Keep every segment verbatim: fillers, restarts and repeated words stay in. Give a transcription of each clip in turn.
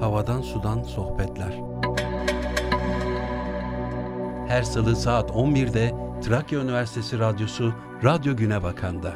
Havadan Sudan Sohbetler. Her salı saat on birde Trakya Üniversitesi Radyosu Radyo Günebakan'da.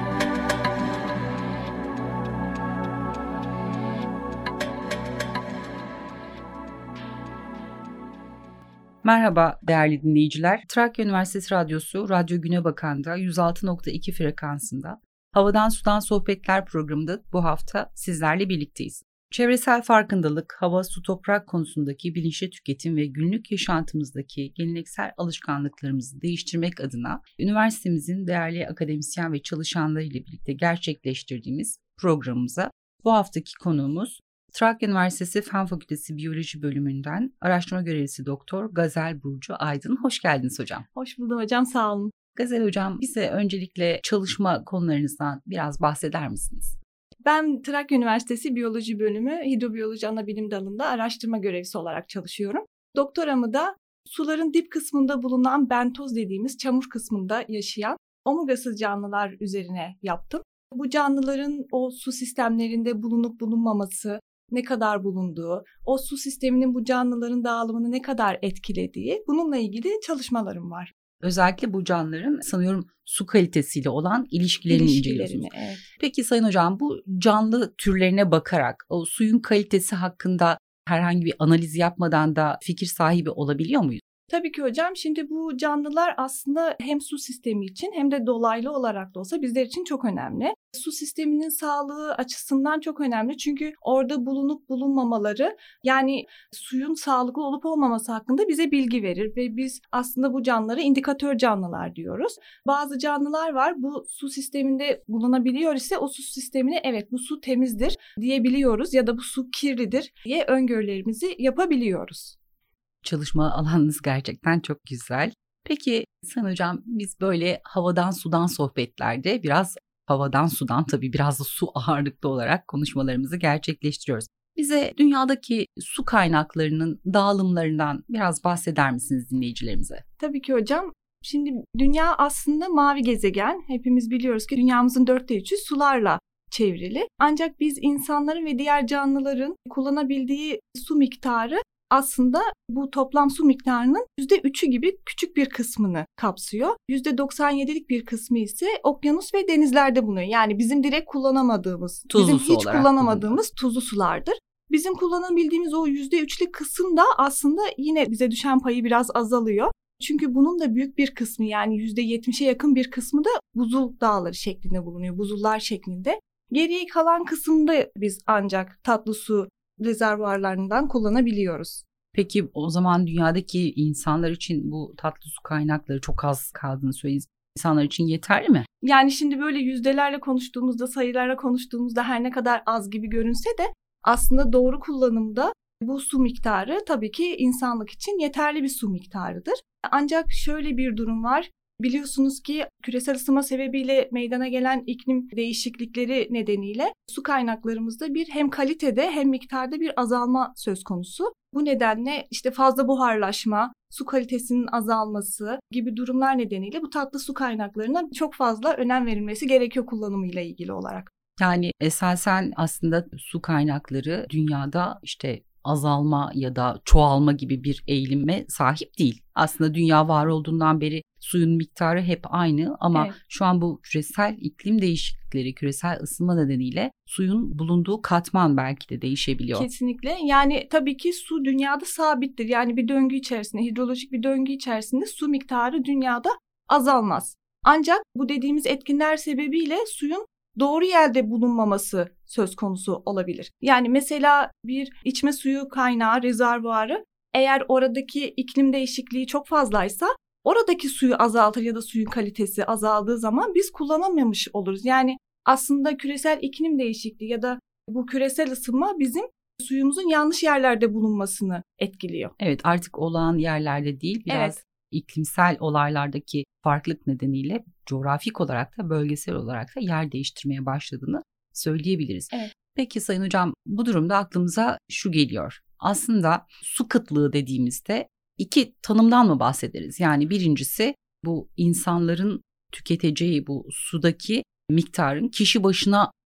Merhaba değerli dinleyiciler. Trakya Üniversitesi Radyosu Radyo Günebakan'da yüz altı nokta iki frekansında Havadan Sudan Sohbetler programında bu hafta sizlerle birlikteyiz. Çevresel farkındalık, hava, su, toprak konusundaki bilinçli tüketim ve günlük yaşantımızdaki geleneksel alışkanlıklarımızı değiştirmek adına üniversitemizin değerli akademisyen ve çalışanlarıyla birlikte gerçekleştirdiğimiz programımıza bu haftaki konuğumuz Trakya Üniversitesi Fen Fakültesi Biyoloji Bölümünden araştırma görevlisi Doktor Gazel Burcu Aydın. Hoş geldiniz hocam. Hoş buldum hocam, sağ olun. Gazel hocam, bize öncelikle çalışma konularınızdan biraz bahseder misiniz? Ben Trakya Üniversitesi Biyoloji Bölümü Hidrobiyoloji Anabilim Dalı'nda araştırma görevlisi olarak çalışıyorum. Doktoramı da suların dip kısmında bulunan bentoz dediğimiz çamur kısmında yaşayan omurgasız canlılar üzerine yaptım. Bu canlıların o su sistemlerinde bulunup bulunmaması, ne kadar bulunduğu, o su sisteminin bu canlıların dağılımını ne kadar etkilediği, bununla ilgili çalışmalarım var. Özellikle bu canlıların sanıyorum su kalitesiyle olan ilişkilerini, İlişkilerini inceliyorsunuz. Evet. Peki Sayın Hocam, bu canlı türlerine bakarak o suyun kalitesi hakkında herhangi bir analiz yapmadan da fikir sahibi olabiliyor muyuz? Tabii ki hocam. Şimdi bu canlılar aslında hem su sistemi için hem de dolaylı olarak da olsa bizler için çok önemli. Su sisteminin sağlığı açısından çok önemli. Çünkü orada bulunup bulunmamaları, yani suyun sağlıklı olup olmaması hakkında bize bilgi verir ve biz aslında bu canlılara indikatör canlılar diyoruz. Bazı canlılar var, bu su sisteminde bulunabiliyor ise o su sistemine evet bu su temizdir diyebiliyoruz ya da bu su kirlidir diye öngörülerimizi yapabiliyoruz. Çalışma alanınız gerçekten çok güzel. Peki Sayın Hocam, biz böyle havadan sudan sohbetlerde biraz havadan sudan, tabii biraz da su ağırlıklı olarak konuşmalarımızı gerçekleştiriyoruz. Bize dünyadaki su kaynaklarının dağılımlarından biraz bahseder misiniz dinleyicilerimize? Tabii ki hocam. Şimdi dünya aslında mavi gezegen. Hepimiz biliyoruz ki dünyamızın dörtte üçü sularla çevrili. Ancak biz insanların ve diğer canlıların kullanabildiği su miktarı aslında bu toplam su miktarının yüzde üçü gibi küçük bir kısmını kapsıyor. yüzde doksan yedilik bir kısmı ise okyanus ve denizlerde bulunuyor. Yani bizim direkt kullanamadığımız, tuzlu bizim hiç kullanamadığımız bulunuyor. tuzlu sulardır. Bizim kullanabildiğimiz o yüzde üçlük kısım da aslında yine bize düşen payı biraz azalıyor. Çünkü bunun da büyük bir kısmı, yani yüzde yetmişe yakın bir kısmı da buzul dağları şeklinde bulunuyor. Buzullar şeklinde. Geriye kalan kısımda biz ancak tatlı su rezervuarlarından kullanabiliyoruz. Peki o zaman dünyadaki insanlar için bu tatlı su kaynakları çok az kaldığını söylediniz. İnsanlar için yeterli mi? Yani şimdi böyle yüzdelerle konuştuğumuzda, sayılarla konuştuğumuzda her ne kadar az gibi görünse de aslında doğru kullanımda bu su miktarı tabii ki insanlık için yeterli bir su miktarıdır. Ancak şöyle bir durum var. Biliyorsunuz ki küresel ısınma sebebiyle meydana gelen iklim değişiklikleri nedeniyle su kaynaklarımızda bir hem kalitede hem miktarda bir azalma söz konusu. Bu nedenle işte fazla buharlaşma, su kalitesinin azalması gibi durumlar nedeniyle bu tatlı su kaynaklarına çok fazla önem verilmesi gerekiyor kullanımıyla ilgili olarak. Yani esasen aslında su kaynakları dünyada işte azalma ya da çoğalma gibi bir eğilime sahip değil. Aslında dünya var olduğundan beri suyun miktarı hep aynı ama evet, şu an bu küresel iklim değişiklikleri, küresel ısınma nedeniyle suyun bulunduğu katman belki de değişebiliyor. Kesinlikle. Yani tabii ki su dünyada sabittir. Yani bir döngü içerisinde, hidrolojik bir döngü içerisinde su miktarı dünyada azalmaz. Ancak bu dediğimiz etkinler sebebiyle suyun doğru yerde bulunmaması söz konusu olabilir. Yani mesela bir içme suyu kaynağı, rezervuarı eğer oradaki iklim değişikliği çok fazlaysa oradaki suyu azaltır ya da suyun kalitesi azaldığı zaman biz kullanamamış oluruz. Yani aslında küresel iklim değişikliği ya da bu küresel ısınma bizim suyumuzun yanlış yerlerde bulunmasını etkiliyor. Evet, artık olağan yerlerde değil, biraz evet, iklimsel olaylardaki farklılık nedeniyle coğrafik olarak da bölgesel olarak da yer değiştirmeye başladığını söyleyebiliriz. Evet. Peki Sayın Hocam, bu durumda aklımıza şu geliyor. Aslında su kıtlığı dediğimizde iki tanımdan mı bahsederiz? Yani birincisi bu insanların tüketeceği bu sudaki miktarın kişi başına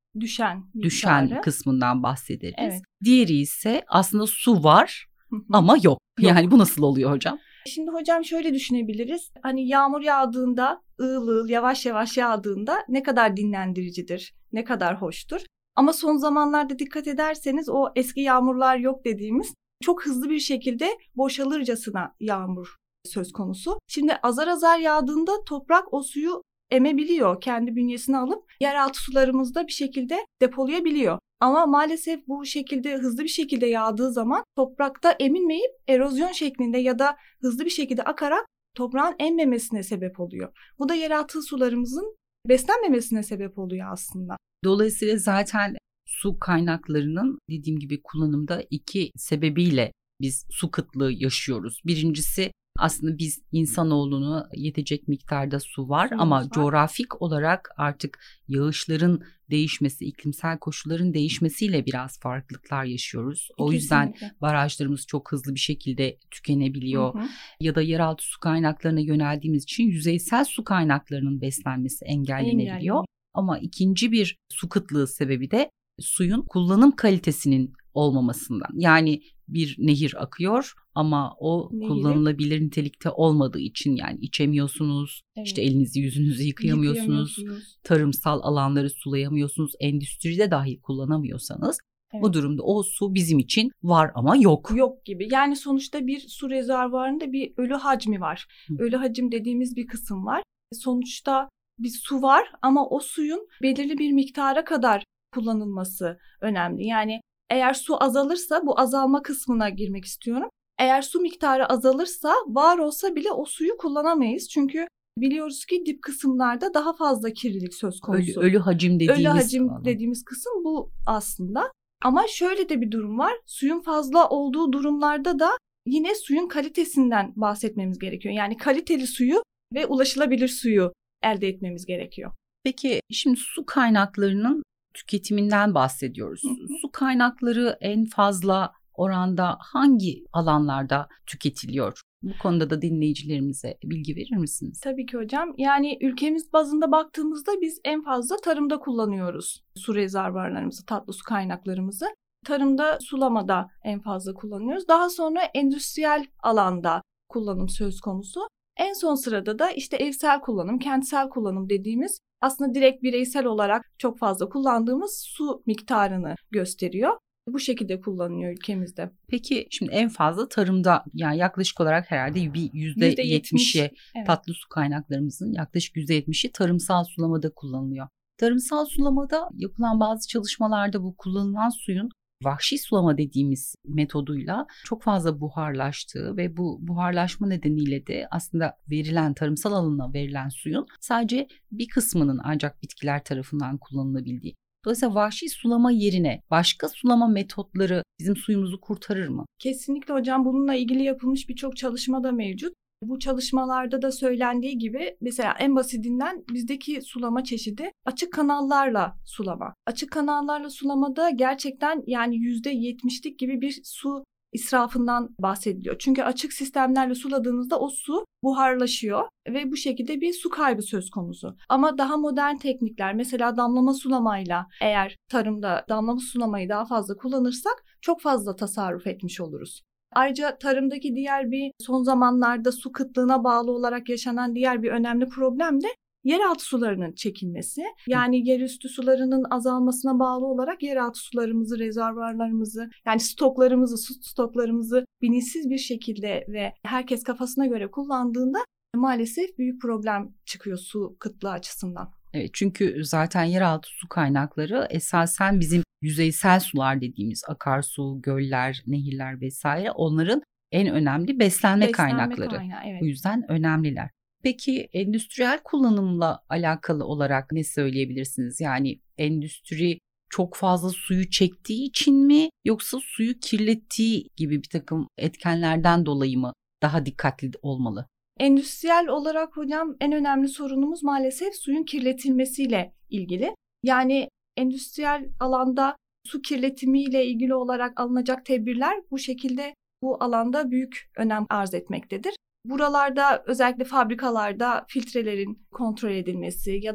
düşen miktarı. Düşen kısmından bahsederiz. Evet. Diğeri ise aslında su var ama yok. yok. Yani bu nasıl oluyor hocam? Şimdi hocam şöyle düşünebiliriz. Hani yağmur yağdığında, ığıl ığıl yavaş yavaş yağdığında ne kadar dinlendiricidir, ne kadar hoştur. Ama son zamanlarda dikkat ederseniz o eski yağmurlar yok dediğimiz çok hızlı bir şekilde boşalırcasına yağmur söz konusu. Şimdi azar azar yağdığında toprak o suyu emebiliyor, kendi bünyesine alıp yeraltı sularımızda bir şekilde depolayabiliyor. Ama maalesef bu şekilde hızlı bir şekilde yağdığı zaman toprakta emilmeyip erozyon şeklinde ya da hızlı bir şekilde akarak toprağın emmemesine sebep oluyor. Bu da yeraltı sularımızın beslenmemesine sebep oluyor aslında. Dolayısıyla zaten su kaynaklarının dediğim gibi kullanımda iki sebebiyle biz su kıtlığı yaşıyoruz. Birincisi aslında biz insanoğlunu yetecek miktarda su var Suyumuz ama var. Coğrafik olarak artık yağışların değişmesi, iklimsel koşulların değişmesiyle biraz farklılıklar yaşıyoruz. O Kesinlikle. yüzden barajlarımız çok hızlı bir şekilde tükenebiliyor. Hı hı. Ya da yeraltı su kaynaklarına yöneldiğimiz için yüzeysel su kaynaklarının beslenmesi engellenebiliyor. Engel. Ama ikinci bir su kıtlığı sebebi de suyun kullanım kalitesinin olmamasından. Yani bir nehir akıyor ama o Nehiri. kullanılabilir nitelikte olmadığı için yani içemiyorsunuz, evet. işte elinizi yüzünüzü yıkayamıyorsunuz, tarımsal alanları sulayamıyorsunuz, endüstride dahi kullanamıyorsanız evet. bu durumda o su bizim için var ama yok. Yok gibi. Yani sonuçta bir su rezervuarında bir ölü hacmi var. Hı. Ölü hacim dediğimiz bir kısım var. Sonuçta bir su var ama o suyun belirli bir miktara kadar kullanılması önemli. Yani eğer su azalırsa bu azalma kısmına girmek istiyorum. Eğer su miktarı azalırsa var olsa bile o suyu kullanamayız. Çünkü biliyoruz ki dip kısımlarda daha fazla kirlilik söz konusu. Ölü, ölü hacim dediğimiz Ölü hacim alan. dediğimiz kısım bu aslında. Ama şöyle de bir durum var. Suyun fazla olduğu durumlarda da yine suyun kalitesinden bahsetmemiz gerekiyor. Yani kaliteli suyu ve ulaşılabilir suyu elde etmemiz gerekiyor. Peki şimdi su kaynaklarının tüketiminden bahsediyoruz. Hı hı. Su kaynakları en fazla oranda hangi alanlarda tüketiliyor? Bu konuda da dinleyicilerimize bilgi verir misiniz? Tabii ki hocam. Yani ülkemiz bazında baktığımızda biz en fazla tarımda kullanıyoruz su rezervuarlarımızı, tatlı su kaynaklarımızı. Tarımda, sulamada en fazla kullanıyoruz. Daha sonra endüstriyel alanda kullanım söz konusu. En son sırada da işte evsel kullanım, kentsel kullanım dediğimiz aslında direkt bireysel olarak çok fazla kullandığımız su miktarını gösteriyor. Bu şekilde kullanılıyor ülkemizde. Peki şimdi en fazla tarımda yani yaklaşık olarak herhalde bir yüzde yetmişi evet. tatlı su kaynaklarımızın yaklaşık yüzde yetmişi tarımsal sulamada kullanılıyor. Tarımsal sulamada yapılan bazı çalışmalarda bu kullanılan suyun vahşi sulama dediğimiz metoduyla çok fazla buharlaştığı ve bu buharlaşma nedeniyle de aslında verilen tarımsal alana verilen suyun sadece bir kısmının ancak bitkiler tarafından kullanılabildiği. Dolayısıyla vahşi sulama yerine başka sulama metotları bizim suyumuzu kurtarır mı? Kesinlikle hocam, bununla ilgili yapılmış birçok çalışma da mevcut. Bu çalışmalarda da söylendiği gibi mesela en basitinden bizdeki sulama çeşidi açık kanallarla sulama. Açık kanallarla sulamada gerçekten yani yüzde yetmişlik gibi bir su israfından bahsediliyor. Çünkü açık sistemlerle suladığınızda o su buharlaşıyor ve bu şekilde bir su kaybı söz konusu. Ama daha modern teknikler, mesela damlama sulamayla eğer tarımda damlama sulamayı daha fazla kullanırsak çok fazla tasarruf etmiş oluruz. Ayrıca tarımdaki diğer bir son zamanlarda su kıtlığına bağlı olarak yaşanan diğer bir önemli problem de yeraltı sularının çekilmesi. Yani yerüstü sularının azalmasına bağlı olarak yeraltı sularımızı, rezervuarlarımızı, yani stoklarımızı, su stoklarımızı bilinçsiz bir şekilde ve herkes kafasına göre kullandığında maalesef büyük problem çıkıyor su kıtlığı açısından. Evet, çünkü zaten yeraltı su kaynakları esasen bizim yüzeysel sular dediğimiz akarsu, göller, nehirler vesaire onların en önemli beslenme, beslenme kaynakları. Kaynağı, evet. Bu yüzden önemliler. Peki endüstriyel kullanımla alakalı olarak ne söyleyebilirsiniz? Yani endüstri çok fazla suyu çektiği için mi yoksa suyu kirlettiği gibi bir takım etkenlerden dolayı mı daha dikkatli olmalı? Endüstriyel olarak hocam en önemli sorunumuz maalesef suyun kirletilmesiyle ilgili. Yani endüstriyel alanda su kirletimiyle ilgili olarak alınacak tedbirler bu şekilde bu alanda büyük önem arz etmektedir. Buralarda özellikle fabrikalarda filtrelerin kontrol edilmesi ya da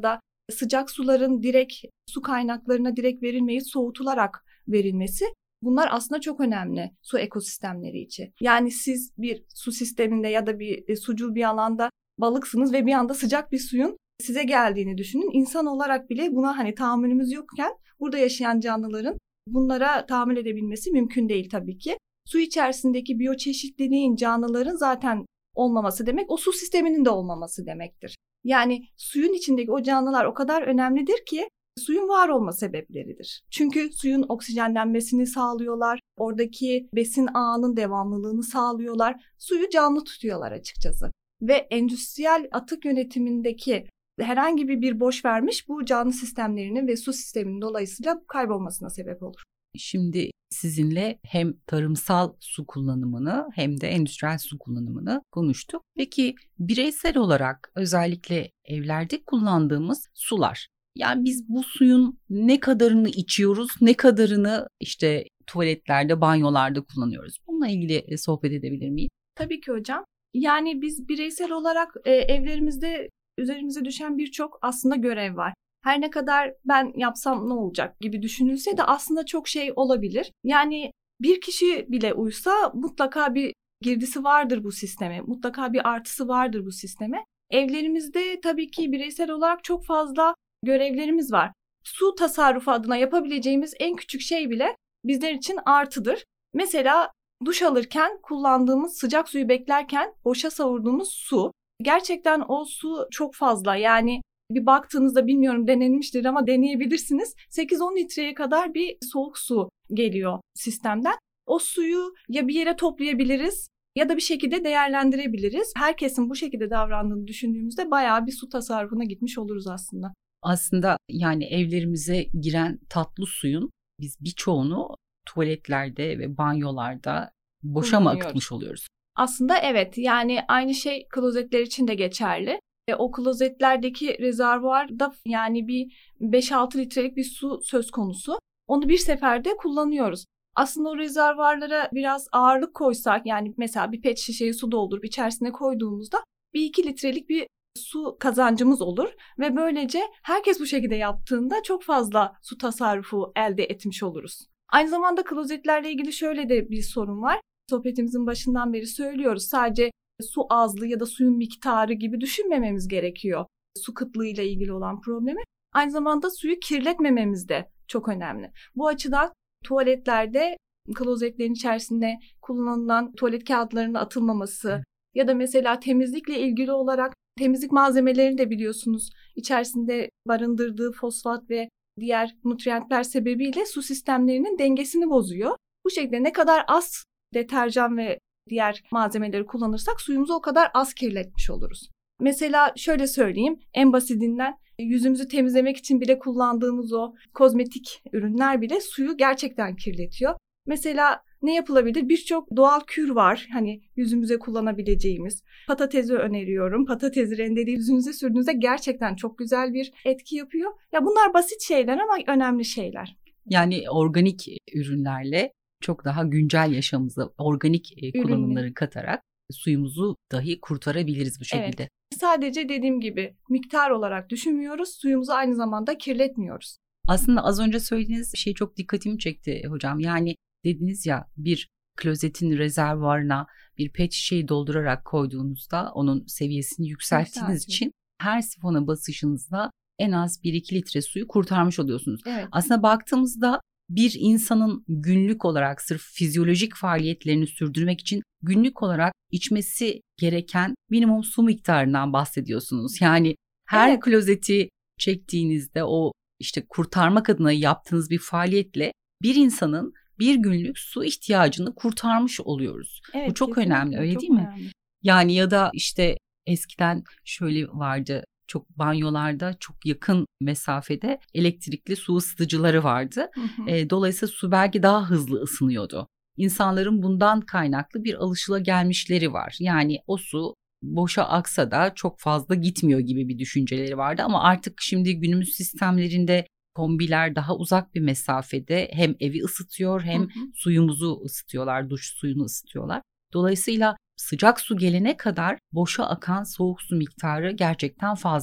sıcak suların direkt su kaynaklarına direkt verilmeyip soğutularak verilmesi, bunlar aslında çok önemli su ekosistemleri için. Yani siz bir su sisteminde ya da bir sucul bir alanda balıksınız ve bir anda sıcak bir suyun size geldiğini düşünün. İnsan olarak bile buna hani tahammülümüz yokken burada yaşayan canlıların bunlara tahammül edebilmesi mümkün değil tabii ki. Su içerisindeki biyoçeşitliliğin, canlıların zaten olmaması demek o su sisteminin de olmaması demektir. Yani suyun içindeki o canlılar o kadar önemlidir ki suyun var olma sebepleridir. Çünkü suyun oksijenlenmesini sağlıyorlar, oradaki besin ağının devamlılığını sağlıyorlar, suyu canlı tutuyorlar açıkçası. Ve endüstriyel atık yönetimindeki herhangi bir boş vermiş bu canlı sistemlerinin ve su sisteminin dolayısıyla kaybolmasına sebep olur. Şimdi sizinle hem tarımsal su kullanımını hem de endüstriyel su kullanımını konuştuk. Peki bireysel olarak özellikle evlerde kullandığımız sular, yani biz bu suyun ne kadarını içiyoruz, ne kadarını işte tuvaletlerde, banyolarda kullanıyoruz? Bununla ilgili sohbet edebilir miyiz? Tabii ki hocam. Yani biz bireysel olarak e, evlerimizde üzerimize düşen birçok aslında görev var. Her ne kadar ben yapsam ne olacak gibi düşünülse de aslında çok şey olabilir. Yani bir kişi bile uysa mutlaka bir girdisi vardır bu sisteme, mutlaka bir artısı vardır bu sisteme. Evlerimizde tabii ki bireysel olarak çok fazla görevlerimiz var. Su tasarrufu adına yapabileceğimiz en küçük şey bile bizler için artıdır. Mesela duş alırken kullandığımız sıcak suyu beklerken boşa savurduğumuz su. Gerçekten o su çok fazla, yani bir baktığınızda bilmiyorum denenmiştir ama deneyebilirsiniz. sekiz on litreye kadar bir soğuk su geliyor sistemden. O suyu ya bir yere toplayabiliriz ya da bir şekilde değerlendirebiliriz. Herkesin bu şekilde davrandığını düşündüğümüzde bayağı bir su tasarrufuna gitmiş oluruz aslında. Aslında yani evlerimize giren tatlı suyun biz birçoğunu tuvaletlerde ve banyolarda boşa mı akıtmış oluyoruz? Aslında evet, yani aynı şey klozetler için de geçerli. E, o klozetlerdeki rezervuarda yani bir beş altı litrelik bir su söz konusu. Onu bir seferde kullanıyoruz. Aslında o rezervuarlara biraz ağırlık koysak, yani mesela bir pet şişeyi su doldurup içerisine koyduğumuzda bir iki litrelik bir su kazancımız olur. Ve böylece herkes bu şekilde yaptığında çok fazla su tasarrufu elde etmiş oluruz. Aynı zamanda klozetlerle ilgili şöyle de bir sorun var. Sohbetimizin başından beri söylüyoruz. Sadece su azlığı ya da suyun miktarı gibi düşünmememiz gerekiyor. Su kıtlığıyla ilgili olan problemi. Aynı zamanda suyu kirletmememiz de çok önemli. Bu açıdan tuvaletlerde klozetlerin içerisinde kullanılan tuvalet kağıtlarının atılmaması Hı. ya da mesela temizlikle ilgili olarak temizlik malzemelerini de biliyorsunuz içerisinde barındırdığı fosfat ve diğer nutriyentler sebebiyle su sistemlerinin dengesini bozuyor. Bu şekilde ne kadar az deterjan ve diğer malzemeleri kullanırsak suyumuzu o kadar az kirletmiş oluruz. Mesela şöyle söyleyeyim, en basitinden yüzümüzü temizlemek için bile kullandığımız o kozmetik ürünler bile suyu gerçekten kirletiyor. Mesela ne yapılabilir? Birçok doğal kür var. Hani yüzümüze kullanabileceğimiz. Patatesi öneriyorum. Patatesi rendeleyip yüzünüze sürdüğünüzde gerçekten çok güzel bir etki yapıyor. Ya bunlar basit şeyler ama önemli şeyler. Yani organik ürünlerle çok daha güncel yaşamımıza organik kullanımları Ürünü. katarak suyumuzu dahi kurtarabiliriz bu şekilde. Evet. Sadece dediğim gibi miktar olarak düşünmüyoruz. Suyumuzu aynı zamanda kirletmiyoruz. Aslında az önce söylediğiniz şey çok dikkatimi çekti hocam. Yani dediniz ya, bir klozetin rezervuarına bir pet şişeyi doldurarak koyduğunuzda onun seviyesini yükselttiğiniz Yükseltin. için her sifona basışınızda en az bir iki litre suyu kurtarmış oluyorsunuz. Evet. Aslında baktığımızda bir insanın günlük olarak sırf fizyolojik faaliyetlerini sürdürmek için günlük olarak içmesi gereken minimum su miktarından bahsediyorsunuz. Yani her evet. klozeti çektiğinizde o işte kurtarmak adına yaptığınız bir faaliyetle bir insanın bir günlük su ihtiyacını kurtarmış oluyoruz. Evet, bu çok önemli, öyle çok değil mi? Önemli. Yani ya da işte eskiden şöyle vardı. Çok banyolarda çok yakın mesafede elektrikli su ısıtıcıları vardı. Hı hı. E, dolayısıyla su belki daha hızlı ısınıyordu. İnsanların bundan kaynaklı bir alışılagelmişleri var. Yani o su boşa aksa da çok fazla gitmiyor gibi bir düşünceleri vardı. Ama artık şimdi günümüz sistemlerinde kombiler daha uzak bir mesafede hem evi ısıtıyor hem hı hı. suyumuzu ısıtıyorlar, duş suyunu ısıtıyorlar. Dolayısıyla sıcak su gelene kadar boşa akan soğuk su miktarı gerçekten fazla.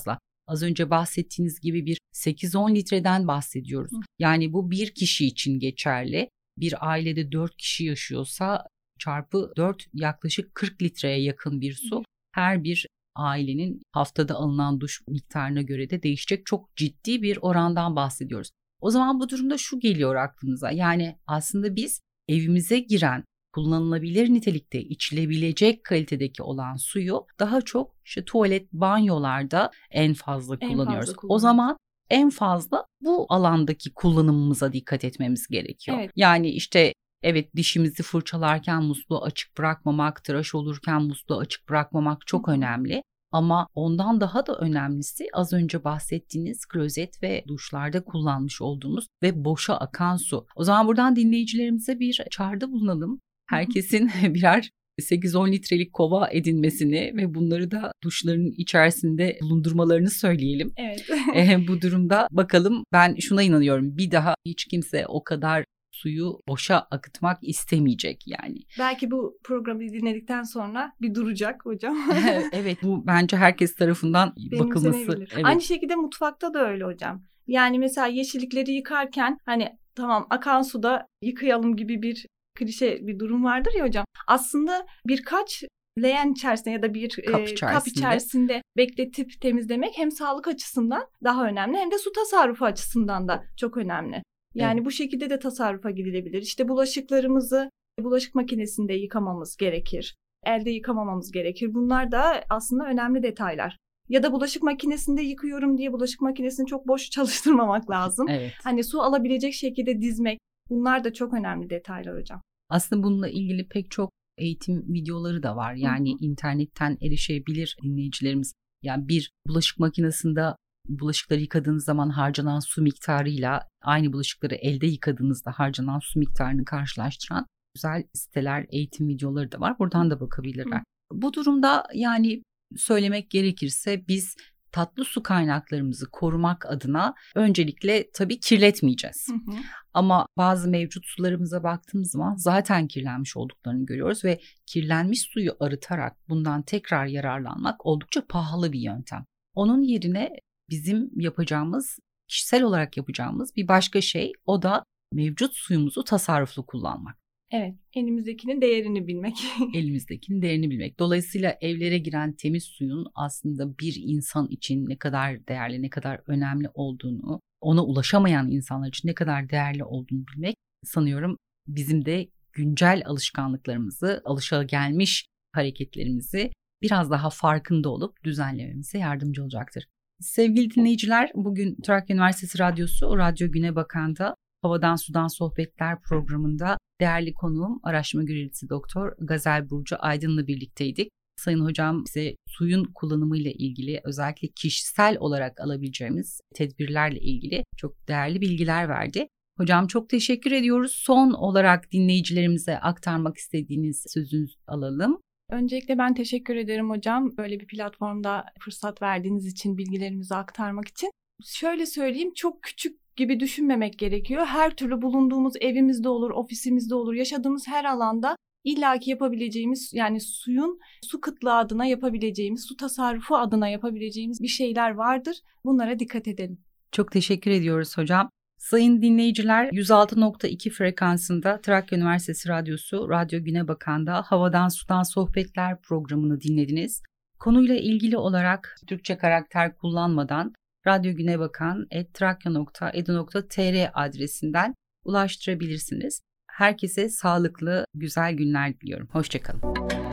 Az önce bahsettiğiniz gibi bir sekiz on litreden bahsediyoruz. Hı. Yani bu bir kişi için geçerli. Bir ailede dört kişi yaşıyorsa çarpı dört yaklaşık kırk litreye yakın bir su. Hı. Her bir ailenin haftada alınan duş miktarına göre de değişecek çok ciddi bir orandan bahsediyoruz. O zaman bu durumda şu geliyor aklınıza. Yani aslında biz evimize giren kullanılabilir nitelikte, içilebilecek kalitedeki olan suyu daha çok işte tuvalet, banyolarda en fazla en kullanıyoruz. Fazla kullanıyoruz. O zaman en fazla bu alandaki kullanımımıza dikkat etmemiz gerekiyor. Evet. Yani işte evet, dişimizi fırçalarken musluğu açık bırakmamak, tıraş olurken musluğu açık bırakmamak çok Hı-hı. önemli. Ama ondan daha da önemlisi az önce bahsettiğiniz klozet ve duşlarda kullanmış olduğumuz ve boşa akan su. O zaman buradan dinleyicilerimize bir çağrıda bulunalım. Herkesin birer sekiz on litrelik kova edinmesini ve bunları da duşların içerisinde bulundurmalarını söyleyelim. Evet. e, bu durumda bakalım, ben şuna inanıyorum, bir daha hiç kimse o kadar suyu boşa akıtmak istemeyecek yani. Belki bu programı dinledikten sonra bir duracak hocam. Evet, bu bence herkes tarafından bakılması. Evet. Aynı şekilde mutfakta da öyle hocam. Yani mesela yeşillikleri yıkarken hani tamam akan suda yıkayalım gibi bir klişe bir durum vardır ya hocam. Aslında birkaç leğen içerisinde ya da bir kap içerisinde. kap içerisinde bekletip temizlemek hem sağlık açısından daha önemli hem de su tasarrufu açısından da çok önemli. Yani evet. Bu şekilde de tasarrufa gidilebilir. İşte bulaşıklarımızı bulaşık makinesinde yıkamamız gerekir. Elde yıkamamamız gerekir. Bunlar da aslında önemli detaylar. Ya da bulaşık makinesinde yıkıyorum diye bulaşık makinesini çok boş çalıştırmamak lazım. Evet. Hani su alabilecek şekilde dizmek. Bunlar da çok önemli detaylar hocam. Aslında bununla ilgili pek çok eğitim videoları da var. Yani Hı-hı. internetten erişebilir dinleyicilerimiz. Yani bir bulaşık makinesinde bulaşıkları yıkadığınız zaman harcanan su miktarıyla aynı bulaşıkları elde yıkadığınızda harcanan su miktarını karşılaştıran güzel siteler, eğitim videoları da var. Buradan da bakabilirler. Hı. Bu durumda yani söylemek gerekirse biz tatlı su kaynaklarımızı korumak adına öncelikle tabii kirletmeyeceğiz. Hı hı. Ama bazı mevcut sularımıza baktığımız zaman zaten kirlenmiş olduklarını görüyoruz ve kirlenmiş suyu arıtarak bundan tekrar yararlanmak oldukça pahalı bir yöntem. Onun yerine bizim yapacağımız, kişisel olarak yapacağımız bir başka şey, o da mevcut suyumuzu tasarruflu kullanmak. Evet, elimizdekinin değerini bilmek. Elimizdekinin değerini bilmek. Dolayısıyla evlere giren temiz suyun aslında bir insan için ne kadar değerli, ne kadar önemli olduğunu, ona ulaşamayan insanlar için ne kadar değerli olduğunu bilmek sanıyorum bizim de güncel alışkanlıklarımızı, alışagelmiş hareketlerimizi biraz daha farkında olup düzenlememize yardımcı olacaktır. Sevgili dinleyiciler, bugün Trakya Üniversitesi Radyosu Radyo Güne Bakan'da Havadan Sudan Sohbetler programında değerli konuğum araştırma görevlisi Doktor Gazel Burcu Aydın'la birlikteydik. Sayın hocam bize suyun kullanımıyla ilgili özellikle kişisel olarak alabileceğimiz tedbirlerle ilgili çok değerli bilgiler verdi. Hocam çok teşekkür ediyoruz. Son olarak dinleyicilerimize aktarmak istediğiniz sözünüzü alalım. Öncelikle ben teşekkür ederim hocam. Böyle bir platformda fırsat verdiğiniz için, bilgilerimizi aktarmak için. Şöyle söyleyeyim, çok küçük gibi düşünmemek gerekiyor. Her türlü bulunduğumuz evimizde olur, ofisimizde olur, yaşadığımız her alanda illaki yapabileceğimiz, yani suyun su kıtlığı adına yapabileceğimiz, su tasarrufu adına yapabileceğimiz bir şeyler vardır. Bunlara dikkat edelim. Çok teşekkür ediyoruz hocam. Sayın dinleyiciler, yüz altı nokta iki frekansında Trakya Üniversitesi Radyosu Radyo Güne Bakan'da Havadan Sudan Sohbetler programını dinlediniz. Konuyla ilgili olarak Türkçe karakter kullanmadan radyo güne bakan at trakya nokta edu nokta tr adresinden ulaştırabilirsiniz. Herkese sağlıklı, güzel günler diliyorum. Hoşçakalın.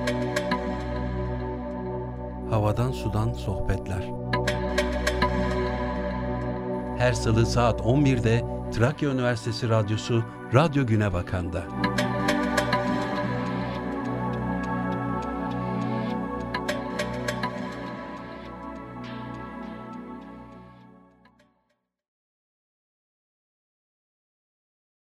Havadan Sudan Sohbetler. Her salı saat on birde Trakya Üniversitesi Radyosu Radyo Güne Bakan'da.